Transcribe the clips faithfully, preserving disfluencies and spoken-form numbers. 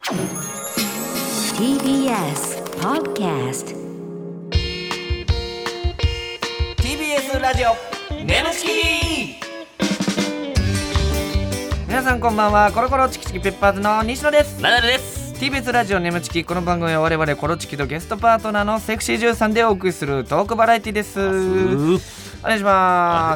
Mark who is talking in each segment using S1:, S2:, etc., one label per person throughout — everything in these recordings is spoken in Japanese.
S1: ティービーエス Podcast
S2: ティービーエス ラジオネムチキ。皆さんこんばんは。コロコロチキチキペッパーズの西野です。
S3: ナダルです。
S2: ティービーエス ラジオネムチキ。この番組は我々コロチキとゲストパートナーのセクシージュンさんでお送りするトークバラエティです。お願いします。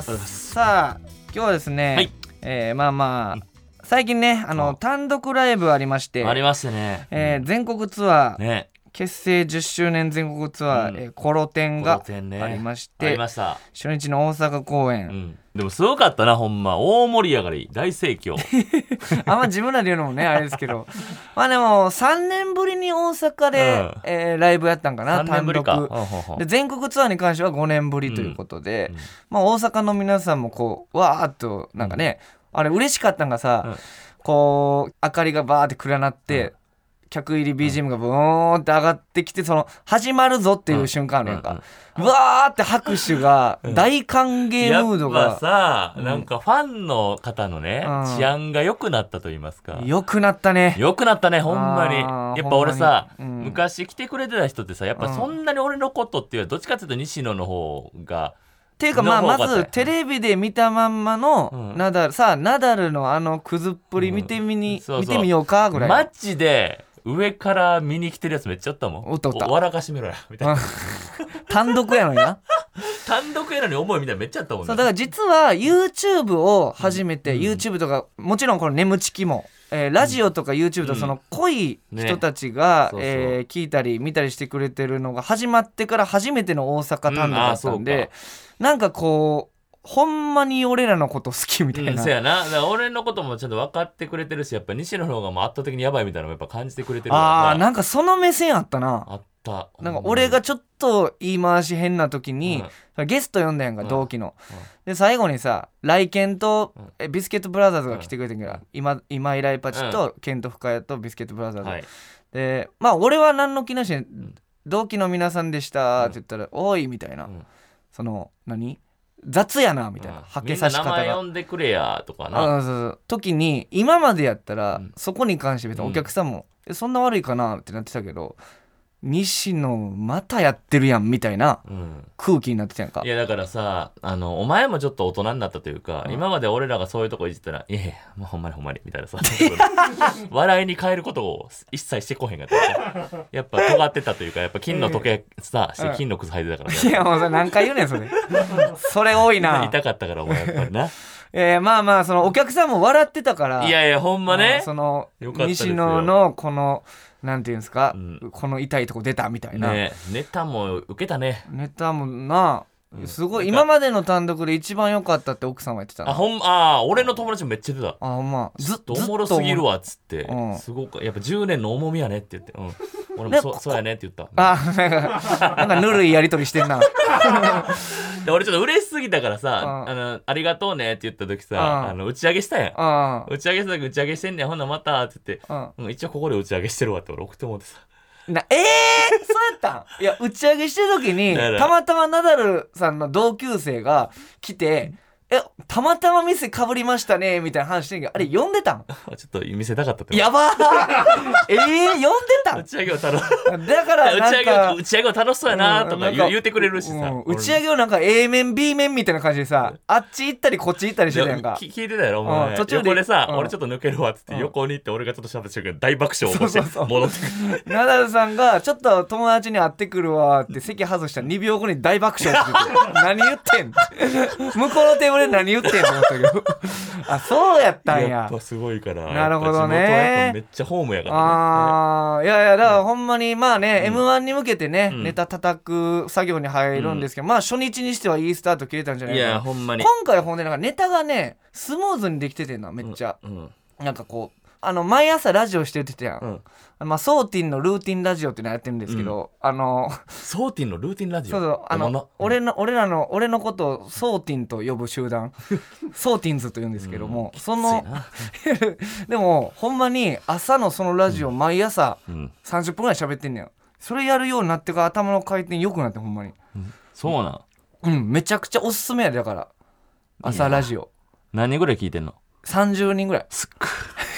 S2: さあ今日はですね、はい、えー、まあまあ最近ねあの単独ライブありまして
S3: ありましたね、
S2: えー、全国ツアー、ね、結成じゅっしゅうねん全国ツアー、うんえー、コロ展がありまして、
S3: ね、ありました。
S2: 初日の大阪公演、
S3: うん、でもすごかったなほんま。大盛り上がり大盛況
S2: あんま自分らで言うのもねあれですけどまあでもさんねんぶりに大阪で、うんえー、ライブやったんかな。
S3: さんねんぶりか。
S2: 単独で全国ツアーに関してはごねんぶりということで、うんうんまあ、大阪の皆さんもこうわーっとなんかね、うん、あれ嬉しかったんがさ、うんこう明かりがバーって暗なって、うん、客入り ビージーエム がブーンって上がってきてその始まるぞっていう瞬間あるやんか、うんうん、うわーって拍手が大歓迎ムードが
S3: やっぱさ、うん、なんかファンの方のね、うん、治安が良くなったと言いますか。
S2: 良くなったね
S3: 良くなったねほんまに。やっぱ俺さ、うん、昔来てくれてた人ってさやっぱそんなに俺のことっていうどっちかっていうと西野の方が
S2: っていうかまあまずテレビで見たまんまのナダル、うん、さあナダルのあのクズっぷり見てみに、うん、そうそう見てみようかぐらい。
S3: マジで上から見に来てるやつめっちゃおったもん。
S2: おったおった。
S3: お笑かしめろやみたいな
S2: 単独やのにな
S3: 単独やのに思いみたいなめっちゃあったもんね。
S2: そうだから実は YouTube を始めて、うん、YouTube とかもちろんこの眠ちきもえー、ラジオとか YouTube とその濃い人たちが、うんねえー、そうそう聞いたり見たりしてくれてるのが始まってから初めての大阪単独だったんで、うん、なんかこうほんまに俺らのこと好きみたいな、
S3: うん、そうやな。だから俺のこともちょっと分かってくれてるしやっぱ西野の方がもう圧倒的にヤバいみたいなのもやっぱ感じてくれてるから。
S2: あーなんかその目線あったな。
S3: あった
S2: なんか俺がちょっと言い回し変な時に、うん、ゲスト呼んだやんか、うん、同期の、うん、で最後にさ来健と、うん、えビスケットブラザーズが来てくれてんけど、うん、今今井来パチと、うん、ケント深谷とビスケットブラザーズ、はい、でまあ俺は何の気なしに、うん、同期の皆さんでしたって言ったら、うん、おいみたいな、うん、その何雑やなみたいな、うん、はけさし方が
S3: みんな名前呼んでくれやとかな。
S2: あそうそう時に今までやったら、うん、そこに関して別にお客さんも、うん、そんな悪いかなってなってたけど西野またやってるやんみたいな空気になってたやんか、
S3: うん、いやだからさあのお前もちょっと大人になったというか、うん、今まで俺らがそういうとこいじったらいやいやもうほんまにほんまにみたいなさ笑いに変えることを一切してこへんかったやっぱ尖ってたというかやっぱ金の時計さして金の靴履いてたから、ね、
S2: いやもうそれ何回言うねんそれそれ多いな
S3: 痛かったからお前やっぱりな
S2: えー、まあまあそのお客さんも笑ってたから
S3: いやいやほんまね
S2: その西野のこのなんていうんですか、うん、この痛いとこ出たみたいな、
S3: ね、ネタも受けたね。
S2: ネタもなすごい、うん、今までの単独で一番良かったって奥さんは言ってたな。
S3: あほんあ俺の友達もめっちゃ言ってた。
S2: あほんま
S3: ずっとおもろすぎるわっつって、うん、すごくやっぱじゅうねんの重みやねって言って、うん、俺も そ, そうやねって言った。
S2: あなんかなんかぬるいやり取りしてんな
S3: で俺ちょっと嬉しすぎたからさ、あのありがとうねって言った時さ、あの打ち上げしたやん。打ち上げした時打ち上げしてんねんほんなまたって言って、うん、一応ここで打ち上げしてるわって俺送ってもらってさ
S2: なえー、そうやったんいや打ち上げしてる時にたまたまナダルさんの同級生が来てえたまたま店かぶりましたねみたいな話してんけどあれ呼んでたん
S3: ちょっと見せたかったって
S2: やばーえー、呼んでたん
S3: 打ち上げを楽し
S2: だからなんか
S3: 打ち上げを楽しそうやなとか言う、うん、言うてくれるしさ、うん、
S2: 打ち上げをなんか A 面 B 面みたいな感じでさあっち行ったりこっち行ったりしてたやんか
S3: 聞いてたやろお前、うん、途中で横でさ、うん、俺ちょっと抜けるわっつって、うん、横に行って俺がちょっとしゃべった瞬間大爆笑を起こして戻ってくる
S2: ナダルさんがちょっと友達に会ってくるわって席外したらにびょうごに大爆笑って言って何言ってん向こうのテーブルで何言ってんと思ったけどあそうやったんや。
S3: やっぱすごいから
S2: なるほどね。
S3: 地元はやっぱめっちゃホームやからね。
S2: あいやいやだからほんまにまあね、うん、エムワン に向けてね、うん、ネタ叩く作業に入るんですけど、うん、まあ初日にしてはいいスタート切れたんじゃないかな。
S3: いやほんまに
S2: 今回ほんでなんかネタがねスムーズにできててんなめっちゃ、うんうん、なんかこうあの毎朝ラジオしててたやん、うんまあ、ソーティンのルーティンラジオっていうのやってるんですけど、うん、あの
S3: ソーティンのルーティンラジオ
S2: そうそうあの、うん、俺の俺らの俺のことをソーティンと呼ぶ集団ソーティンズと言うんですけども、うん、そのでもほんまに朝のそのラジオ毎朝さんじゅっぷんぐらい喋ってんねん。それやるようになってから頭の回転良くなってほんまに、
S3: うん、そうなん
S2: うんめちゃくちゃおすすめやでだから朝ラジオ
S3: 何人ぐらい聞いてんの？
S2: さんじゅうにんぐらい。
S3: すっごい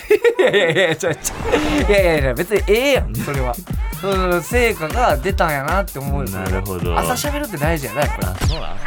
S2: いやいやいやちょちょいやいやいや別にええやんそれはその成果が出たんやなって思うよ。
S3: なるほど。
S2: 朝喋るって大事やなやっぱり。
S3: あ、そうなん。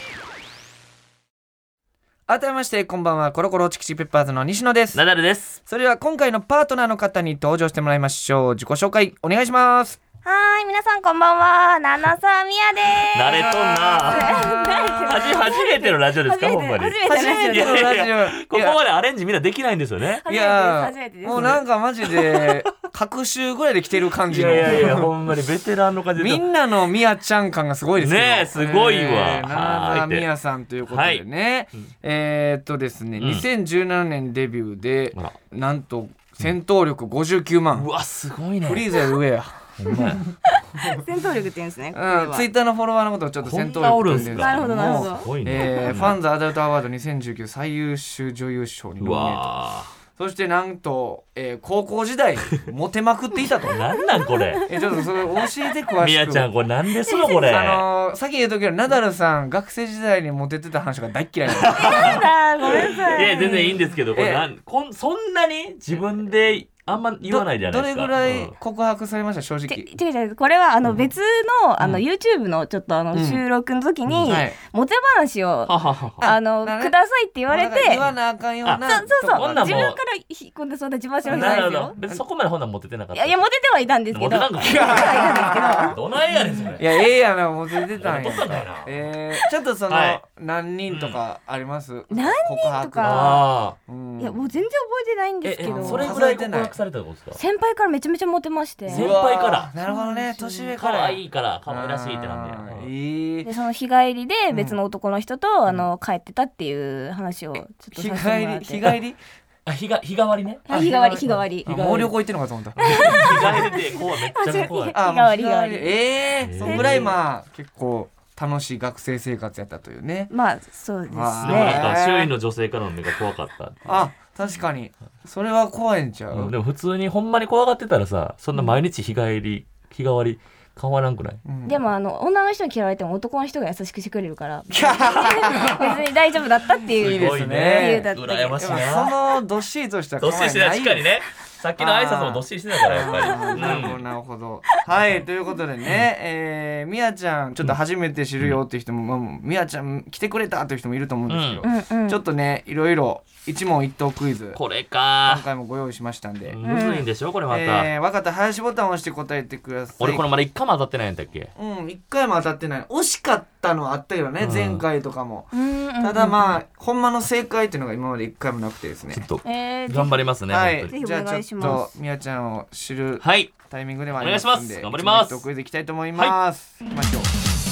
S2: 改めましてこんばんは、コロコロチキチキペッパーズの西野です。
S3: ナダルです。
S2: それでは今回のパートナーの方に登場してもらいましょう。自己紹介お願いします。
S4: はーい、皆さんこんばんは、ナナサミヤでーす。
S3: 慣れとんな。はじ初めてのラジオですか、ほんまに。
S4: 初めて
S2: 初めてのラジオ。
S3: いやいやここまでアレンジみんなできないんですよね。
S2: いや
S4: 初めてです
S2: もうなんかマジで隔週ぐらいで来てる感
S3: い
S2: じの。
S3: やいやいや、ほんまにベテランの感じで。
S2: みんなのみやちゃん感がすごいですけど
S3: ねえすごいわ
S2: えー、
S3: はーい
S2: 七田みやさんということでね、はい、えー、っとですね、
S3: うん、
S2: にせんじゅうななねんデビューで、
S3: あら
S2: なんと戦闘力ごじゅうきゅうまん、
S3: うわすごいね。
S2: フリーザより上や。
S3: ほんまや。
S4: 戦闘力って言うんですね。
S2: うん、ツイッターのフォロワーのことをちょっと戦闘力って言うんですけども、
S4: なるほどなるほど。
S3: すごいね。
S2: えー、ファンズアダルトアワードにせんじゅうきゅう最優秀女優賞にノミネート。そしてなんと、えー、高校時代モテまくっていたと。
S3: なんなんこれ。
S2: えちょっとそれ教えて詳しく。
S3: みやちゃんこれなんですのこれ。
S2: あのー、さっき言うときはナダルさん学生時代にモテてた話が大っ嫌いな
S4: の。ごめんなさい。
S3: いや全然いいんですけど、これなんこんそんなに自分であんま言わないじゃないですか。
S2: ど, どれぐらい告白されました正直。
S4: 違う違う、これはあの別の、あの YouTube のちょっとあの収録の時に、
S2: うんはい、
S4: モテ話を、
S3: ははは
S4: あのくださいって言われて、
S2: 言わなあかんような。
S4: そうそうそう、自分
S3: ほんならもう
S4: から引っ込んでそんな自慢しろじゃないですよ。
S3: 別にそこまでほんならモテてなかった。
S4: いやいやモテてはいたんですけど。
S3: モテなんか
S4: モテてはいたんですけど。
S3: どないやねんそれ。
S2: いやええやな、モテてたんや。
S3: モテてたんやな。
S2: えー、ちょっとその、はい、何人とかあります？
S4: 何人とか。
S3: あ
S4: うん、いやもう全然覚えてないんですけど。
S3: それぐらい告白されたってことですか？
S4: 先輩からめちゃめちゃモテまして。
S3: 先輩から。
S2: なるほどね、年上から。
S3: 可愛いから可愛らしいってなんだよ。
S2: いい。
S4: でその日帰りで別の男の人と、うん、あの帰ってたっていう話をちょっとさせてもらって。
S2: 日帰り日帰り。
S3: あ、日が日替わりね。
S4: 日替わり日替わり。
S2: もう旅行行ってんのかと思った。
S3: 日帰りでこうめっちゃ怖い。
S4: 日替わり日替わり。
S2: ええー、そのぐらいまあ結構楽しい学生生活やったというね。
S4: まあそうですね。
S3: なんか周囲の女性からの目が怖かった。
S2: あ、確かにそれは怖いんちゃう、
S3: うん、でも普通にほんまに怖がってたらさ、そんな毎日日帰り日替わり変わらんくない？
S4: うん、でもあの女の人に嫌われても男の人が優しくしてくれるから別に大丈夫だったっていう。
S2: いいですね。
S3: 羨ましいな。
S2: そのどっしりとした
S3: どっしりして確かにね。さっきの挨拶もどっしりしてたからやっぱり。
S2: なるほどなるほど。はいということでね、えー、みやちゃんちょっと初めて知るよっていう人も、うん、みやちゃん来てくれたという人もいると思うんですけど、うんうん、ちょっとねいろいろ一問一答クイズ
S3: これか
S2: 今回もご用意しましたんで、
S3: むずいんでしょこれまた、
S2: えー、分かった林ボタンを押して答えてください。
S3: 俺これまだ一回も当たってないんだっけ？
S2: うん一回も当たってない。惜しかったのはあったけどね、うん、前回とかも。ただまあほんまの正解っていうのが今まで一回もなくてですね。
S3: ちょっと頑張りますね。
S2: はい、
S4: ぜひお
S2: じゃあ
S4: 願いします。
S2: ちょっとみやちゃんを知るタイミングでもありますんで、
S3: はい、お願いします。頑張ります。
S2: 一問一答クイズいきたいと思います。はい、行きましょう。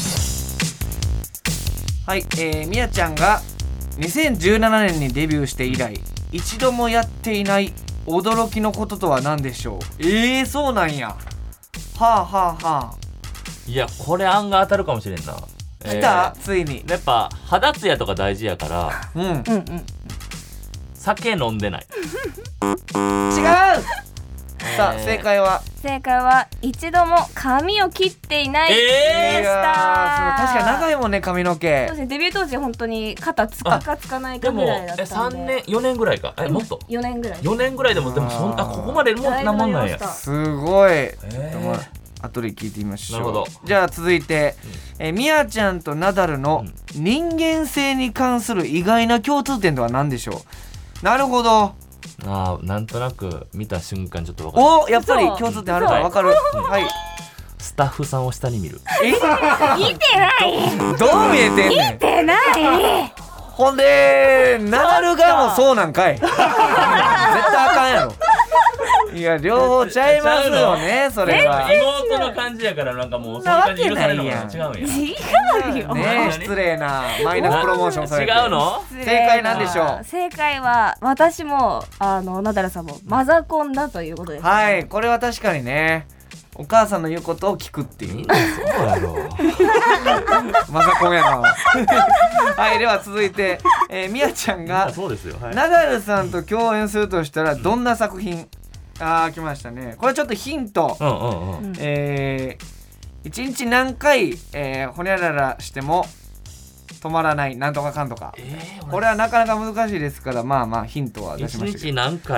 S2: はい、えー、みやちゃんがにせんじゅうななねんにデビューして以来一度もやっていない驚きのこととは何でしょう？えー、そうなんや。はあはあはあ。
S3: いやこれ案が当たるかもしれんな。
S2: 来た、
S3: えー、
S2: ついに。
S3: やっぱ肌ツヤとか大事やから、
S2: うんうんうん、
S3: 酒飲んでない。
S2: 違う。さあ正解は
S4: 正解は一度も髪を切っていないでした。
S2: えー、いや確かに長いもんね髪の毛。
S4: そうですね、デビュー当時本当に肩つくかつかないかぐらいだったんで。
S3: でもえさんねんよねんぐらいかえもっと
S4: よねんぐらい
S3: よねんぐらいでもでもそんなここまでもなもんなんや。
S2: すごい、え
S3: ー、
S2: 後で聞いてみましょう。
S3: なるほど。
S2: じゃあ続いて、うん、えみやちゃんとナダルの人間性に関する意外な共通点とは何でしょう？なるほど。
S3: あーなんとなく見た瞬間ちょっと分かる。
S2: おやっぱり共通点あるから分かる、うん、はい。
S3: スタッフさんを下に見る。
S4: え見てない
S2: どう見えてんねん。
S4: 見てない
S2: ほんでナダルがもそうなんかい絶対あかんやろ。いや両方ちゃいますよねそれは。
S3: 妹の感じやからなんかもうそういう感じ許されるのかな。違うんや。
S4: 違うよ
S2: ね。失礼なマイナスプロモーションされて。
S3: 違うの？
S2: 正解なんでしょう？
S4: 正解は私もあのナダルさんもマザコンだということです、ね、
S2: はいこれは確かにねお母さんの言うことを聞くっていう。
S3: そうやろ
S2: マザコンやな。はいでは続いて、えー、みやちゃんが
S3: そうですよ、はい、
S2: ナダルさんと共演するとしたらどんな作品？うん、あー来ましたね。これちょっとヒント、
S3: うんうんうん、
S2: えー、いちにち何回、えー、ほにゃららしても止まらないなんとかかんとか、えー、これはなかなか難しいですからまあまあヒントは出しましたけど
S3: いちにち何回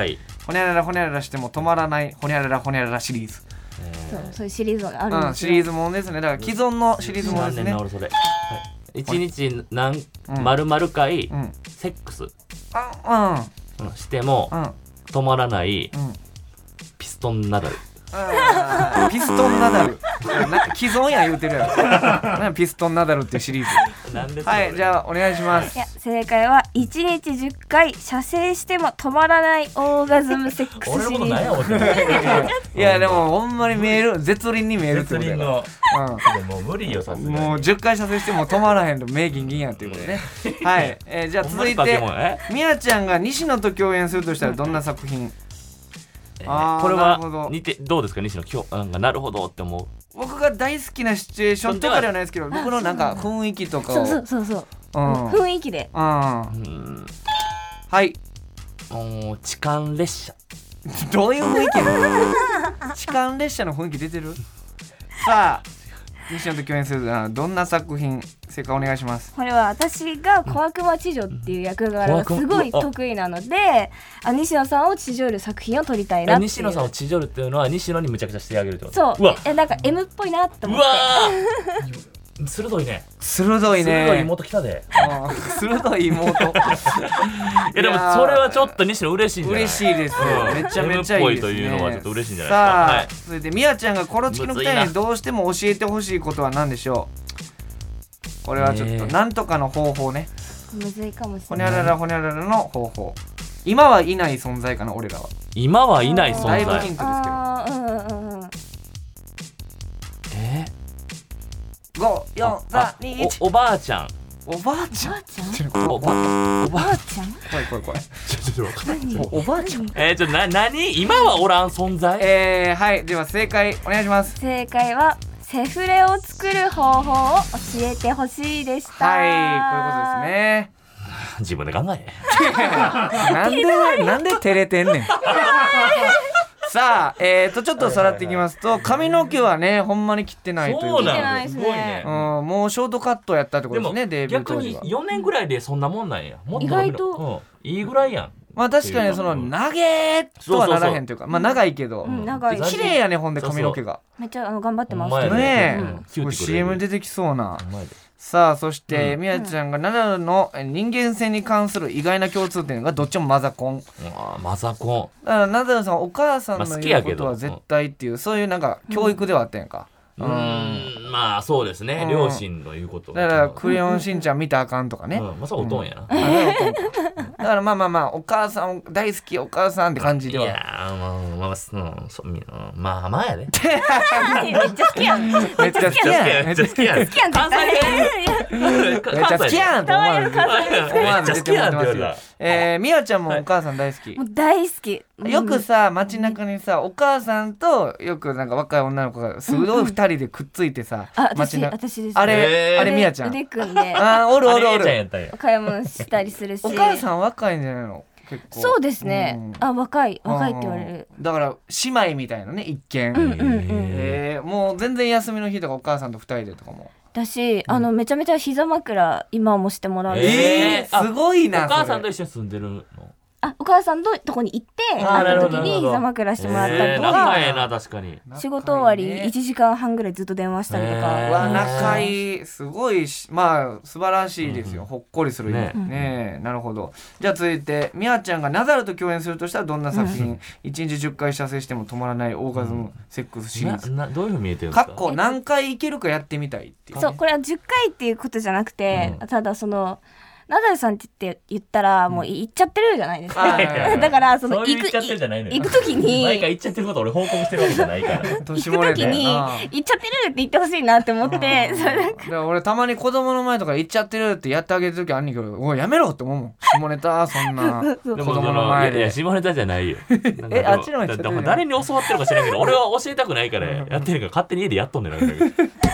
S2: ほにゃららほにゃららしても止まらないほにゃららほにゃららシリーズ、
S4: そうそういうシリーズがあるん
S2: うん、
S4: ですよ、
S2: シリーズもんですね。だから既存のシリーズもんですね。
S3: 俺それ、はい、いちにち何丸々回、
S2: うん、
S3: セックス、
S2: あ、
S3: うん、しても、
S2: うん、
S3: 止まらない、
S2: うん、
S3: ピストンナダル。
S2: ピストンナダルなんか既存や言うてるやろなんかピストンナダルっていうシリーズ
S3: なんで
S2: はい、じゃあお願いします。
S4: いや正解はいちにちじゅっかい射精しても止まらないオーガズムセックス
S3: 俺のこと
S4: シリー
S3: 何や思ってる
S2: いやでもほんまに見える、絶倫に見えるってことやか
S3: 絶倫の、
S2: ら、
S3: うん、もう無理よさすがに
S2: もうじゅっかい射精しても止まらへんと目ギンギンやっていうことねはい、えー、じゃあ続い
S3: ほんまに
S2: て
S3: 化け物え
S2: みやちゃんが西野と共演するとしたらどんな作品？
S3: え
S2: あー
S3: これ
S2: なるほど
S3: は似てどうですか西野今日なんかなるほどって思う。
S2: 僕が大好きなシチュエーションとかではないですけど、僕のなんか雰囲気とかを、
S4: そうそうそうそう、
S2: うん
S4: 雰囲気で
S2: うん、
S3: うん
S2: はい
S3: もう痴漢列車。
S2: どういう雰囲気なの？痴漢列車の雰囲気出てる？さあ西野と共演するならどんな作品、正解お願いします。
S4: これは私が小悪魔知女っていう役柄がすごい得意なので、あ西野さんを知女る作品を撮りたいなっていう。
S3: 西野さんを地上るっていうのは西野にむちゃくちゃしてあげるってこと。
S4: そう
S3: うわ
S4: えなんか エム っぽいなって
S3: う
S4: 思って。
S3: わー鋭いね。
S2: 鋭いね。
S3: 鋭い妹来たで。
S2: うん鋭い妹
S3: いやでもそれはちょっと西野嬉しいんじゃない？
S2: 嬉しいです、
S3: うん
S2: めちゃめちゃいいですね。
S3: エム っぽいというのはちょっと嬉しいんじゃないですか。
S2: さあ、
S3: はい
S2: 続いてみやちゃんがコロチキのふたりにどうしても教えてほしいことは何でしょう？これはちょっとなんとかの方法ね。
S4: むずいかもし
S2: ほ
S4: れない。
S2: にゃららほにゃららの方法。今はいない存在かな、俺らは。
S3: 今はいない存
S2: だいぶヒ
S3: 在。
S2: ントですけど。
S4: あーうんうんうん。
S3: え
S2: ご、よん、さん、に、いち。
S3: おおばあちゃん。
S2: おばあちゃん。
S4: おばあちゃん？
S3: おばおば
S4: おばあちゃん？
S2: 怖い怖い怖い。
S3: ちょちょちょ
S4: 何？
S2: おおばあちゃん。
S3: えー、ちょな何今はおらん存在。
S2: えー、はい、では正解お願いします。
S4: 正解はセフレを作る方法を教えてほしいでした。
S2: はい、こういうことですね。
S3: 自分で考え。
S2: なんでなんで照れてんねん。さあ、えーとちょっとさらっていきますと、髪の毛はねほんまに切ってないという
S3: そう
S2: ことで、
S3: なんですすごいね。
S2: うん、もうショートカットやったってこと
S3: でも
S2: ですね、デビュー
S3: 逆に
S2: 当時は。
S3: よねんぐらいでそんなもんなんや。もっと
S4: 意外と、
S3: うん、いいぐらいやん。
S2: まあ確かにその
S3: うん
S2: 長えとはならへんというか、まあ長いけど、
S4: うん長い。
S3: うん
S2: 綺麗やね、ほんで髪の毛が。
S4: めっちゃあの頑張ってます
S3: ほんまや
S2: ねえ、
S3: うん
S2: すごい シーエム 出てきそうな。
S3: うまいで。
S2: さあそして、
S3: うん
S2: みやちゃんがナダルの人間性に関する意外な共通点がどっちもマザコン
S3: あーマザコ
S2: だからナダルさんはお母さん
S3: まあ
S2: の
S3: 好きやけど
S2: 言うことは絶対っていう、そういうなんか教育ではあったやんか、
S3: ン。うーんまあそうですね。
S2: うん
S3: 両親の言うこと。
S2: だからクレヨンしんちゃん見たらあかんとかね、
S3: うんまあそうおとんやな。
S2: あれはおとんかだからまあまあまあお母さん大好きお母さんって感じでは
S3: いやーまあまあまあうんそうみうんまあまあやで。
S4: めっちゃ好きやん。めっ
S2: めっちゃ好きやん
S3: めっちゃ好きやん。
S4: 好きやんって言ったら
S2: めっちゃ好きやんと思わず
S3: めっちゃ好きやんって言われた。
S2: えー、みやちゃんもお母さん大好き、
S4: もう大好き。
S2: よくさ街中にさお母さんとよくなんか若い女の子がすごい二人でくっついてさ、
S4: あ私
S2: 街中
S4: 私です。
S2: あれ、
S3: へー
S2: あれみやちゃん
S4: 腕組んで
S2: あーおるおるお
S3: あれ A ちゃんや
S2: る
S3: ったんや。
S4: お買い物したりするし。
S2: お母さん若いんじゃないの結構。
S4: そうですね。
S2: うん
S4: あ若い若いって言われる。
S2: だから姉妹みたいなね一見、
S4: うんうんうん。
S2: えー、もう全然休みの日とかお母さんと二人でとかも
S4: だし、あのめちゃめちゃ膝枕今もしてもらうし、
S3: えーあ
S2: すごいな
S3: お母さん
S2: それ
S3: と一緒に住んでるの。
S4: あお母さんととこに行って
S3: あー
S4: 会った時
S3: なるほど
S4: に膝枕してもらったり
S3: えー
S4: と
S3: 仲
S4: か、
S3: ええな確かに。
S4: 仕事終わり
S2: 仲いいね
S4: いちじかんはんぐらいずっと電話したりと
S3: へ
S4: か。
S3: ー
S2: うわ仲いいすごいしまあ素晴らしいですよ、ほっこりするね
S3: ね
S2: ねえなるほど。じゃあ続いてみやちゃんがナダルと共演するとしたらどんな作品、いちにちじゅっかい射精しても止まらないオーガズムセックスシリーズ、
S3: ななどういうふうに見えてるんですか。
S2: かっこ何回いけるかやってみたいっていう、
S4: そうこれはじゅっかいっていうことじゃなくて、
S3: うん
S4: ただそのナダルさんって言って言ったらもう行っちゃってるじゃないですか、
S2: はいはいはい
S4: だからその行く
S3: そういう言っちゃってるじゃないのよ
S4: 行く時に
S3: 毎回言っちゃってること俺報告してるわけじゃないから。
S4: 行く
S2: 年漏れ
S4: 時に
S2: だよな
S4: 行っちゃってるって言ってほしいなって思って、それなんか
S2: だから俺たまに子供の前とかで言っちゃってるってやってあげる時あんねんけど、おいやめろって思うもん、下ネタそんな
S4: そう
S2: 子供の前で
S3: いやいや下ネタじゃないよ。
S2: えあっちの方言っちゃってる
S3: だだ誰に教わってるか知らんけど俺は教えたくないからやってるから勝手に家でやっとんねんなんか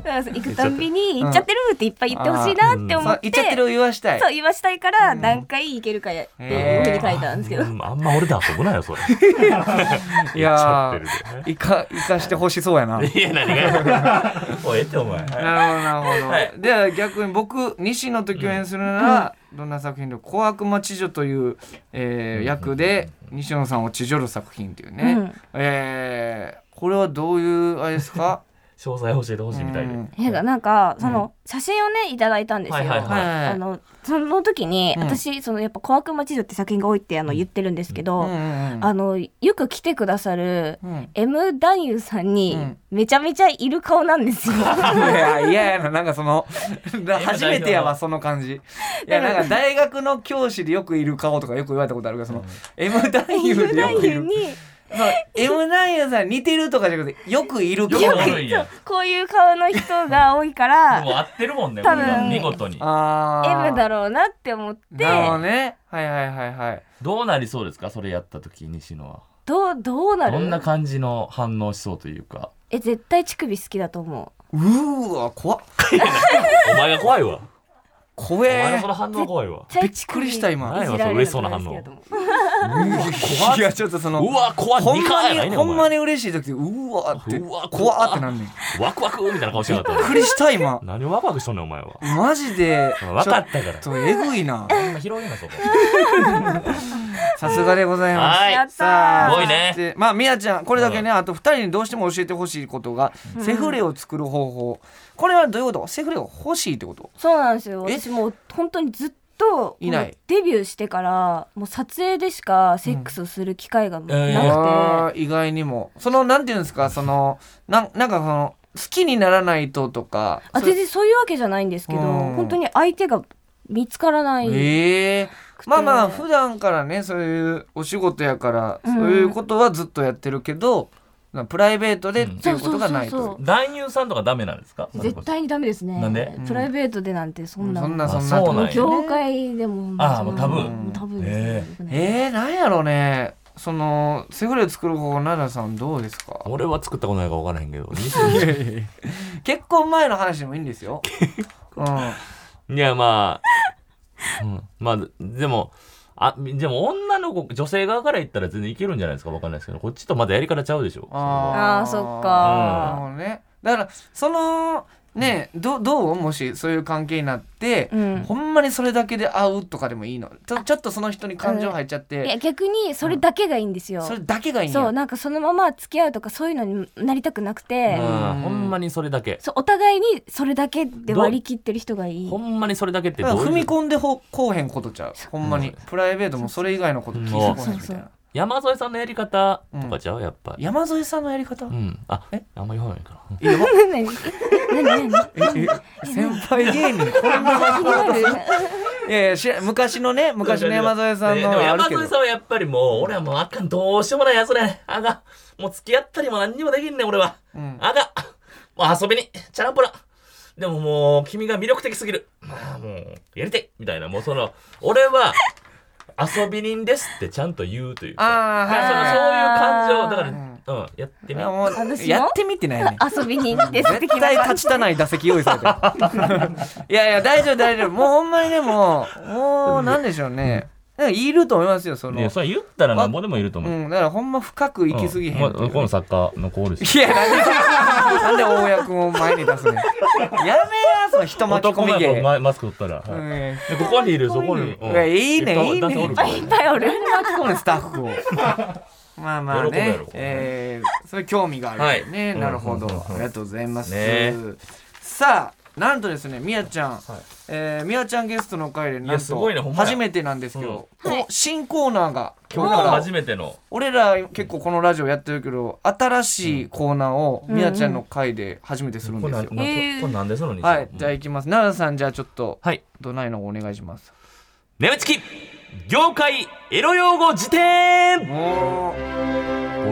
S4: から行くたんびに行っちゃってるっていっぱい言ってほしいなって思
S2: そう
S4: って、
S2: 行っちゃってるを言わしたい。
S4: そう言わしたいから何回行けるかやっていうふうに書いたんですけど、
S3: うんあんま俺で遊ぶなよそれ
S2: いやーいかいかしてほしそうやな。
S3: いや何がやおいえってお前
S2: なるほどなるほど、
S3: はい
S2: では逆に僕西野と共演するなら、どんな作品で小悪魔知女という、えー役で西野さんを知女る作品っていうね、
S4: うん
S2: えーこれはどういうあれですか？
S3: 詳細教えてほしいみたいで、
S2: うん
S4: なんかなんかその写真をねいただいたんですよ、
S3: はいはいはい
S4: あのその時に
S2: うん
S4: 私そのやっぱ小悪魔知女って作品が多いってあの言ってるんですけど、
S2: うんうんうん
S4: あのよく来てくださる
S2: うん
S4: M 男優さんに
S2: うん
S4: めちゃめちゃいる顔なんですよ。
S2: いや嫌やななんかその初めてやわその感じ。いやなんか大学の教師でよくいる顔とかよく言われたことあるけど、その M 男優
S4: M
S2: でよくいる
S4: 男優に
S2: そう M 男優さん似てるとかじゃなくてよくいる顔
S3: よくおるんや
S4: こういう顔の人が多いから
S3: でも合ってるもんね
S4: 多分
S3: これが見事に
S2: あー
S4: M だろうなって思って
S2: なるほどね。はいはいはいはい。
S3: どうなりそうですかそれやった時西野は
S4: どうどうなる
S3: どんな感じの反応しそうというか
S4: え絶対乳首好きだと思う。
S2: うーわ怖っ
S3: お前が怖いわ
S2: 怖
S3: お前の
S2: え
S3: その反応怖いわ
S2: びっくりした今。
S3: 何やその嬉しそうな反応
S2: いやちょっとその
S3: うわ怖い
S2: ほん
S3: にか
S2: まにほ
S3: やないねんお前
S2: んまに嬉しい時うわって
S3: うわ
S2: 怖ってなんねん。びっ
S3: ワクワクみたいな顔してなかった
S2: くりした今。
S3: 何をワクワクしとんねんお前は
S2: マジで
S3: 分かったから
S2: ちょっとえぐいな。
S3: そんな広いなそこ
S2: さすがでございます。
S3: はい
S4: やった
S2: さあ
S3: すごいね
S2: そしてまあみやちゃんこれだけねあとふたりにどうしても教えてほしいことが、セフレを作る方法。これはどういうこと？セフレが欲しいってこと？
S4: そうなんですよ。
S2: え
S4: 私もう本当にずっと
S2: いない
S4: このデビューしてからもう撮影でしかセックスをする機会がなくて、
S2: あー意外にもそのなんていうんですかそのなんなんかその好きにならないととか。
S4: あ全然そういうわけじゃないんですけど、
S2: うん
S4: 本当に相手が見つからない。
S2: ええ
S4: くて
S2: まあまあ普段からねそういうお仕事やから、
S4: うん
S2: そういうことはずっとやってるけどプライベートでっていうことがないと、
S4: そうそうそう
S3: 男優さんとかダメなんですか
S4: 絶対にダメですね。
S3: なんで
S4: プライベートでなんてそんな、
S2: そんなそん
S3: あ
S2: な
S3: そうなんや
S4: 業界でも
S3: あーもうタブー
S4: もうタブー
S3: へ
S4: ですね。
S2: えー、なんやろねそのセフレを作る方法奈良さんどうですか？
S3: 俺は作ったことないか分からへんけど
S2: 結婚前の話でもいいんですよ、うん、
S3: いやまあ、うん、まあでもあでも女の子女性側から言ったら全然いけるんじゃないですか分かんないですけどこっちとまだやり方ちゃうでしょ
S2: あ
S4: あーそっか
S2: なるほどね。だからそのねどどうもしそういう関係になって、
S4: うん
S2: ほんまにそれだけで会うとかでもいいのちょちょっとその人に感情入っちゃって、
S4: いや逆にそれだけがいいんですよ。
S2: それだけがいいんや。
S4: そうなんかそのまま付き合うとかそういうのになりたくなくて、
S3: うんほんまにそれだけ
S4: そうお互いにそれだけで割り切ってる人がいい。
S3: ほんまにそれだけって
S2: だから
S3: どういう
S2: 踏み込んでほこうへんことちゃうほんまに、
S3: うん
S2: プライベートもそれ以外のこと聞いてこへんみたいな。
S4: そうそう
S3: 山添さんのやり方とかちゃうやっぱり
S2: 山添さんのやり方、
S3: うんあ
S2: え
S3: あんま言わないかな
S2: いや
S4: 何何何
S2: ええ先輩芸人こんな
S4: 気になる。
S2: いやいや知ら昔のね昔の山添さんの
S3: ねでも
S2: あるけど
S3: 山添さんはやっぱりもう俺はもうあかんどうしようもないやつねあがもう付き合ったりも何にもできんねん俺は、
S2: うん
S3: あがもう遊びにチャランポラでももう君が魅力的すぎるまあもうやりたいみたいなもうその俺は遊び人ですってちゃんと言うというか
S2: あー
S3: だからそのそういう感情だから
S2: うん
S3: うんやってみ
S2: いやもう
S4: 私も
S2: やってみてないね
S4: 遊び人ですって
S2: 絶対勝ちたない打席用意されてるいやいや大丈夫大丈夫もうほんまにでももうなんでしょうねなんかいると思いますよその
S3: いやそれ言ったらなんぼでもいると思う、
S2: うんだからほんま深く行き過ぎへんっていうね、
S3: うんこの作家の子おるし
S2: いやなんでなんで大家君を前に出すねんやめやその人巻き込み
S3: 男の子
S2: 芸
S3: ママスク取ったら、
S2: うん
S3: はいでここにいるそこに、
S2: いやいいねいいね
S3: 男性おるから
S4: いっぱいおる。
S2: 巻き込むスタッフをまあまあね
S3: 喜ぶやろ、
S2: えー、それ興味があるよね、
S3: はい
S2: なるほど、
S3: うんうんうんうん
S2: ありがとうございます、
S3: ね
S2: さあなんとですねみやちゃん、えーみやちゃんゲストの回でなん
S3: いやすごいね
S2: と
S3: ほんまや
S2: 初めてなんですけど、
S4: うん
S2: こう新コーナーが今
S3: 今日
S2: 日から
S3: 初めての
S2: 俺ら結構このラジオやってるけど新しいコーナーをみやちゃんの回で初めてするんですよ、
S3: これな
S4: へー
S3: これなんでそのに
S2: はいじゃあいきます奈良さんじゃあちょっと
S3: はい
S2: どないのお願いします
S3: 眠ちき業界エロ用語辞典
S2: もう
S3: 俺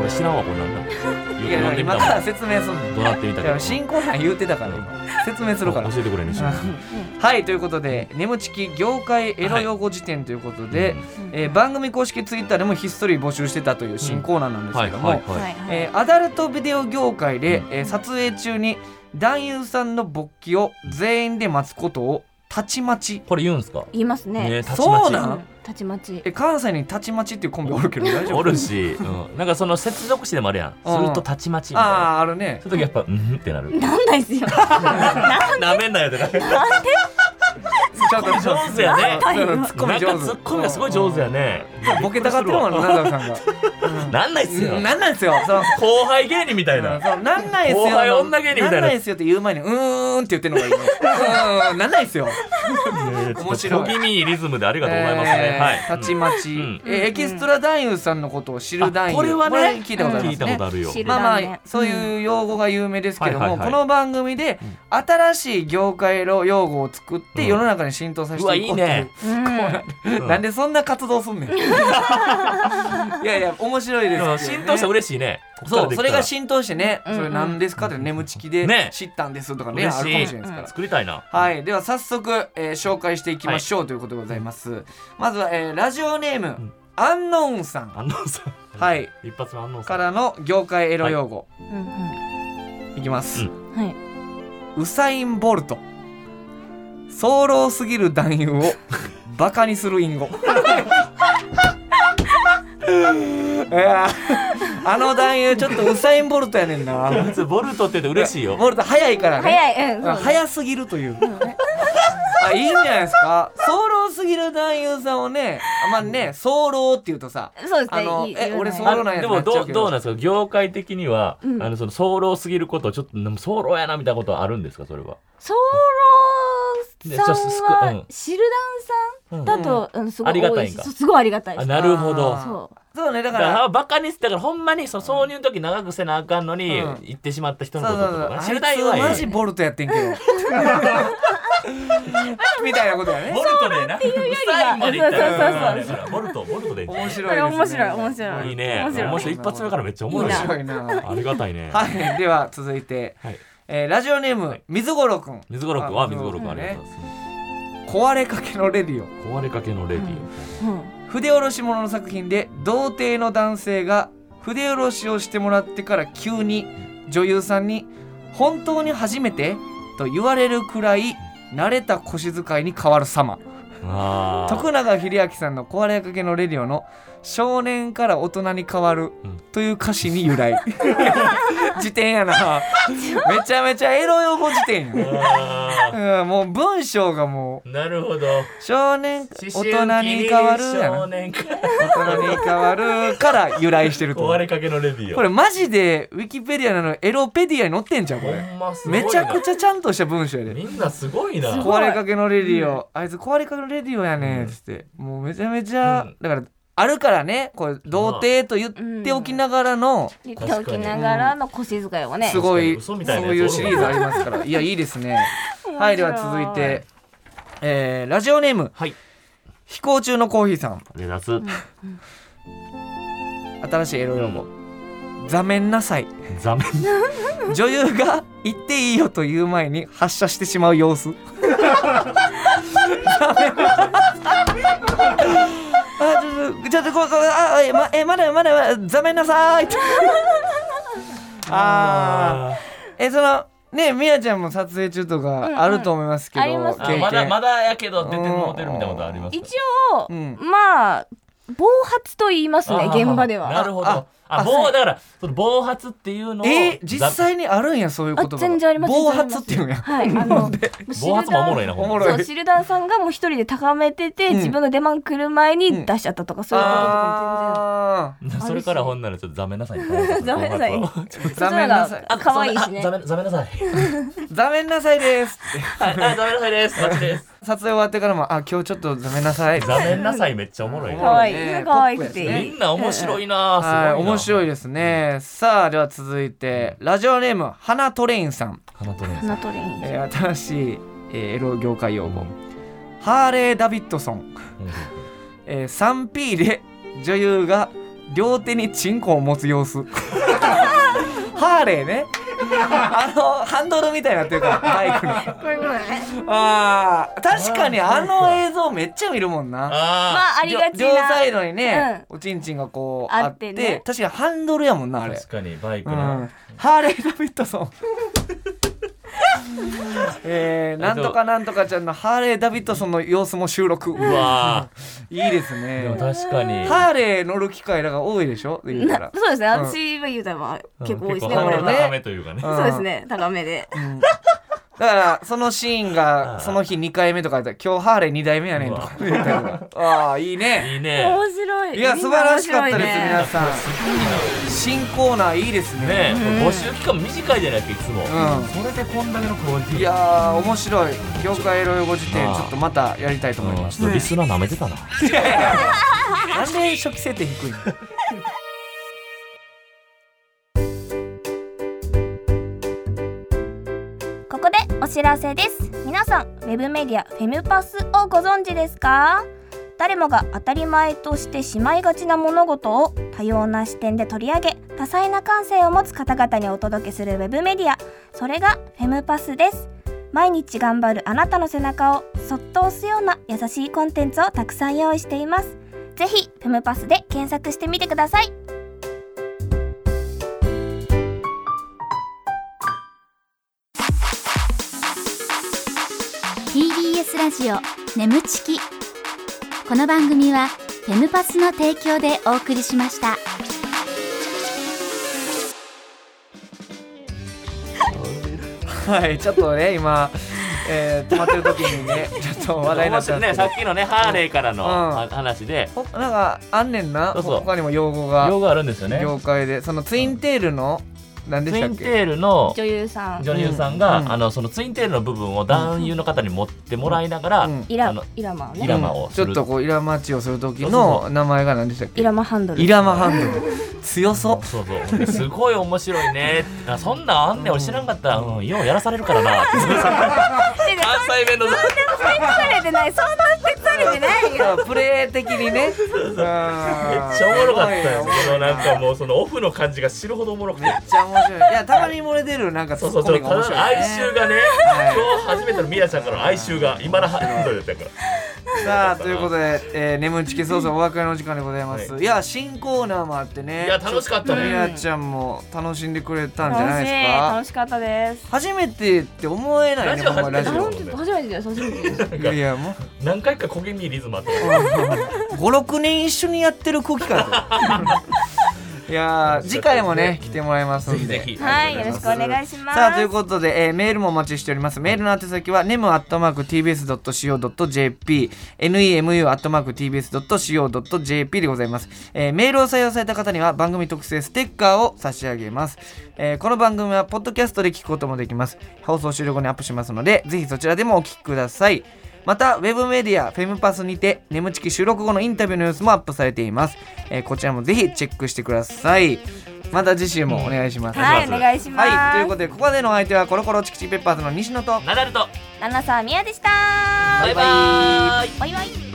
S3: 俺知らんわこれなんだ
S2: いや今から説明するの
S3: どうなってみたけど
S2: 新コーナー言うてたから今説明するから
S3: 教えてくれ西野
S2: はいということで眠ちき業界エロ用語辞典ということで、はいえー、番組公式ツイッターでもひっそり募集してたという新コーナーなんですけどもアダルトビデオ業界で、えー、撮影中に男優さんの勃起を全員で待つことをたちまち
S3: これ言うんすか
S4: 言いますね、
S3: ね
S2: そうなん、
S4: うんたちまち
S2: え関西にたちまちっていうコンビおるけど大丈夫
S3: おるし、うん、なんかその接続詞でもあるやんするとたちまちみたいな
S2: あああるね
S3: そういう時やっぱうんってなる
S4: なんないっすよ
S3: なめんなよってなる
S2: ちょっと
S3: 上手やね
S2: ツッコミ上手
S3: なんかツッコミはすごい上手やね
S2: ボケたがってるもんなナダルさんが
S3: なんないっすよ
S2: なんなんですよその
S3: 後輩芸人みたいな
S2: そうなんないっすよ
S3: 後輩女芸人みたいな
S2: なんないっすよって言う前にうーんって言ってんのがいいねうーんなんないっすよ面白い
S3: 小気味いいリズムでありがとうございますね、
S2: えー
S3: はい
S2: たちまち、
S3: うん
S2: えーエキストラ男優さんのことを知る男優
S3: これはね
S2: 聞いたことありますね、
S3: 聞いたことあるよ
S4: 知る
S2: まあま
S4: 男ね
S2: あそういう用語が有名ですけども、
S3: はいはいはい
S2: この番組で新しい業界の用語を作って世の中に浸透させていこうという、
S3: うわいいね
S4: うん
S2: なんでそんな活動すんねんいやいや面白いですけどね
S3: 浸透したら嬉しいね
S2: そうそれが
S3: し
S2: 浸透してね、
S4: うんうん
S2: それ何ですかって眠ちきで
S3: ね
S2: 知ったんですとかね
S3: 嬉しい
S2: あるかもしれないですから、
S3: 作りたいな
S2: はいでは早速、えー紹介していきましょうということでございます、まずは、えーラジオネーム、
S3: ん
S2: アンノーンさん
S3: 安納さん
S2: はい
S3: 一発目安納さん
S2: からの業界エロ用語、
S4: うん
S2: い、きます、
S3: うん
S4: うんはい
S2: ウサイン・ボルト早漏すぎる男優をバカにする隠語いやあの男優ちょっとウサイン・ボルトやねんな
S3: 普通ボルトって言うと嬉しいよ
S2: ボルト早いからね
S4: 早いうんそう
S2: 早すぎるというあいいんじゃないですか早漏すぎる男優さんをねあまあね早漏って言うとさ
S4: そうですね
S2: あの
S4: いい
S2: え俺
S4: 言わない
S2: 早漏なんや
S3: でもどうどうなん
S2: な
S3: ですか業界的には、
S4: うん
S3: あのその早漏すぎることちょっとでも早漏やなみたいなことはあるんですかそれは、
S4: 早漏さん
S3: ねちょっとすく
S4: は、
S3: うん
S4: シルダンさんだと、うんすごい
S3: ありがた
S4: 多
S3: いんか
S4: いしそうすごいありがたいです
S3: あなるほど
S2: あー
S4: そう
S2: そうねだか
S3: だかららバカにしてだからほんまにその挿入の時長くせなあかんのに、
S2: うん
S3: 行ってしまった人
S2: そう
S3: のこととか
S2: そうそうあい
S3: 知りたいわ
S2: つマジボルトやってんけどみたいなことやね
S3: ボルトでなウサインまで行った
S4: そうそうそうそう
S3: らあれやからボルトボルトでいいんちゃう
S2: 面白
S4: これ
S2: いですね
S4: 面白い面白い
S3: いいね
S4: 面白い
S3: 面白い一発目からめっちゃおもろい
S2: 面
S3: な
S2: 白いな
S3: ありがたいね
S2: はいでは続いて、
S3: はい
S2: えーラジオネーム水五郎くん
S3: 水五郎くんは水五郎くんありがとうございます
S2: 壊れかけのレディオ
S3: 壊れかけのレディ
S4: うん
S2: 筆下ろし物の作品で童貞の男性が筆下ろしをしてもらってから急に女優さんに本当に初めてと言われるくらい慣れた腰使いに変わる様
S3: あー
S2: 徳永英明さんの壊れかけのレディオの少年から大人に変わる
S3: うん
S2: という歌詞に由来辞典やなめちゃめちゃエロ用語辞典や、
S3: あ
S2: うん、もう文章がもう
S3: ーなるほど
S2: 少年大
S3: 思春期
S2: 人に変わるや
S3: 少
S2: な
S3: 年から
S2: 大人に変わるから由来してると
S3: 壊れかけのレディオ
S2: これマジでウィキペディアのエロペディアに載ってんじゃんこ
S3: ほ
S2: れ
S3: んますごいな
S2: めちゃくちゃちゃんとした文章やで
S3: みんなすごいな
S2: 壊れかけのレディオ、あいつ壊れかけのレディオやねんつって、もうめちゃめちゃ、
S3: うん
S2: だからあるからねこれ童貞と言っておきながらの、
S4: 言っておきながらの腰使いをね
S2: すごいそう
S3: 嘘みたいなやつ
S2: いうシリーズありますからいやいいですねはいでは続いて、えーラジオネーム
S3: はい
S2: 飛行中のコーヒーさん
S3: レナス
S2: 新しいエロ用語、ざめんなさい
S3: ザメ
S2: 女優が言っていいよと言う前に発射してしまう様子あちょっとちょっとこうこうあえまえまだまだざめんなさいあーえそのねみやちゃんも撮影中とかあると思いますけど、
S4: うんうんあります
S3: あまだまだやけど出てもうてるみたいなことあります
S4: 一応、
S2: うん
S4: まあ暴発と言いますね
S3: あー
S4: 現場では
S3: なるほど
S2: あ
S3: あ
S2: あそう
S3: 暴だからその暴発っていうのを
S2: え実際にあるんやそういう言葉が
S4: あ全然あります
S2: 暴発っていうんや
S4: はいあの
S3: 暴発もおもろいなほんま
S2: おもろい
S4: そうシルダンさんがもう一人で高めてて、
S2: うん
S4: 自分の出番来る前に出しちゃったとか、そういうこととか
S2: あ
S3: それからほんならちょっとザメなさい
S4: ザメなさい
S3: 暴発を
S2: ーざめんなさい
S4: あ可愛いしね
S3: あザメザメなさい
S2: ざめんなさいですって
S3: はいあザメなさいですマジです
S2: 撮影終わってからもあ今日ちょっとざめんなさい
S3: ザメなさいめっちゃおもろいな
S4: 可愛い
S2: ね
S4: 可愛くて
S2: ポップやしね
S3: みんな面白いなすごい
S2: はい
S3: な
S2: 面白いですねさあでは続いてラジオネーム花トレインさん、
S3: 花とね
S4: 花トレイン、
S2: えー新しい、えーエロ業界用語、ハーレー・ダビッドソン、えー スリーピー で女優が両手にチンコを持つ様子ハーレーねあのハンドルみたいになってるからバイクの
S4: こういうことね。
S2: あー確かにあの映像めっちゃ見るもんな
S3: あ
S4: まあありがちな。
S2: 両サイドにね、おちんちんがこうあって
S4: あってね
S2: 確かにハンドルやもんなあれ、
S3: 確かにバイク
S2: う
S3: の、
S2: ん、ハーレー・ダビッドソンえー、なんとかなんとかちゃんのハーレー・ダビッドソンの様子も収録。
S3: うわ
S2: いいです
S3: ーでも
S2: ね。
S3: 確かに
S2: ハーレー乗る機会が多いでしょ言うた
S4: な
S2: ら。
S4: そうですね。
S2: うん
S4: 私は言うたらまあ結構多いですね。
S3: 結構
S4: これは。
S3: ハードル高めというかね、
S2: うん
S4: そうですね。高めで。
S2: うんだからそのシーンがその日にかいめとかやったら今日ハーレーにだいめやねんとか言うたりとかああいいね。
S3: いいね
S4: 面白い。
S2: いや素晴らしかったです、
S4: みんな面白いね
S2: 皆さん。新コーナーいいですね。
S3: ねえ、募集期間短いじゃないですかいつも、
S2: うん
S3: それでこんだけのクオリティ
S2: いやー面白い。業界エロ用語辞典
S3: ああ
S2: ちょっとまたやりたいと思います。
S3: うんちょっとリスナー舐めてたな、
S2: なんで初期設定低いの
S4: ここでお知らせです。皆さんウェブメディアフェムパスをご存知ですか？誰もが当たり前としてしまいがちな物事を多様な視点で取り上げ、多彩な感性を持つ方々にお届けするウェブメディア、それがフェムパスです。毎日頑張るあなたの背中をそっと押すような優しいコンテンツをたくさん用意しています。ぜひフェムパスで検索してみてください。
S5: ティービーエス ラジオ眠ちき。この番組はフェムパスの提供でお送りしました。
S2: はいちょっとね今、えー、止まってる時にねちょっと話題になったんですけど、
S3: ねさっきのねハーレーからの、
S2: うん
S3: 話で
S2: ほなんかあんねんな。
S3: そうそう
S2: 他にも用語が
S3: 用語あるんですよね。
S2: 業界でそのツインテールの何で
S3: ツイン
S2: したっけ
S3: テールの
S4: 女優さん
S3: 女優さんが、
S2: うん
S3: あのそのツインテールの部分を男優の方に持ってもらいながら、
S2: うん
S4: イラ
S3: あの
S4: イラマね
S3: イラマをする
S2: ちょっとこうイラマチをする時
S3: そうそうそ
S2: の名前が何でしたっけ？
S4: イラマハンドル
S2: イラマハンドル強そ
S3: そうそうすごい面白いねあそんなんあんねん俺知らんかった、うん、ようやらされるからな関西弁の
S4: されてないそんな説されてないよ。
S2: うプレー的にねめっち
S3: めっちゃおもろかったよそのなんかもうそのオフの感じが知るほどおもろくて
S2: めっちゃ面白い。いやたまに漏れ出るなんかツッコ
S3: そうそうそう
S2: ミが面白いね。
S3: 哀愁がね、
S2: はい
S3: 今日初めてのミヤちゃんからの哀愁が今だハンドルだったから
S2: さあということで、えー、眠ちきそうそうお別れの時間でございます、
S3: はい
S2: いや新コーナーもあってね
S3: いや楽しかったね
S2: みやちゃんも楽しんでくれたんじゃ
S4: 楽しい
S2: ないですか。
S4: 楽しかったです。
S2: 初めてって思えないね
S3: ラジオ
S2: ほんまラジ
S3: 初めて
S2: オ
S4: あ本当初めてです初めてです。
S2: いやいやもう
S3: 何回か焦げにリズムあった
S2: ごろくねん一緒にやってる空気感いやー次回もね来てもらいますんで
S3: ぜひぜひ
S4: はいよろしくお願いします。
S2: さあということで、えーメールもお待ちしております。メールの宛先は ネムアットマークティービーエスドットシーオードットジェーピー ネムアットマークティービーエスドットシーオードットジェーピー でございます、えーメールを採用された方には番組特製ステッカーを差し上げます、えーこの番組はポッドキャストで聞くこともできます。放送終了後にアップしますのでぜひそちらでもお聞きください。またウェブメディアフェムパスにて眠ちき収録後のインタビューの様子もアップされています、えーこちらもぜひチェックしてください。また次週もお願いします、
S4: はいお願いします。
S2: はい、ということでここまでのお相手はコロコロチキチキペッパーズの西野と
S3: ナダルと
S4: ナナさんみやでした。
S3: バイバイ
S4: バイバイ。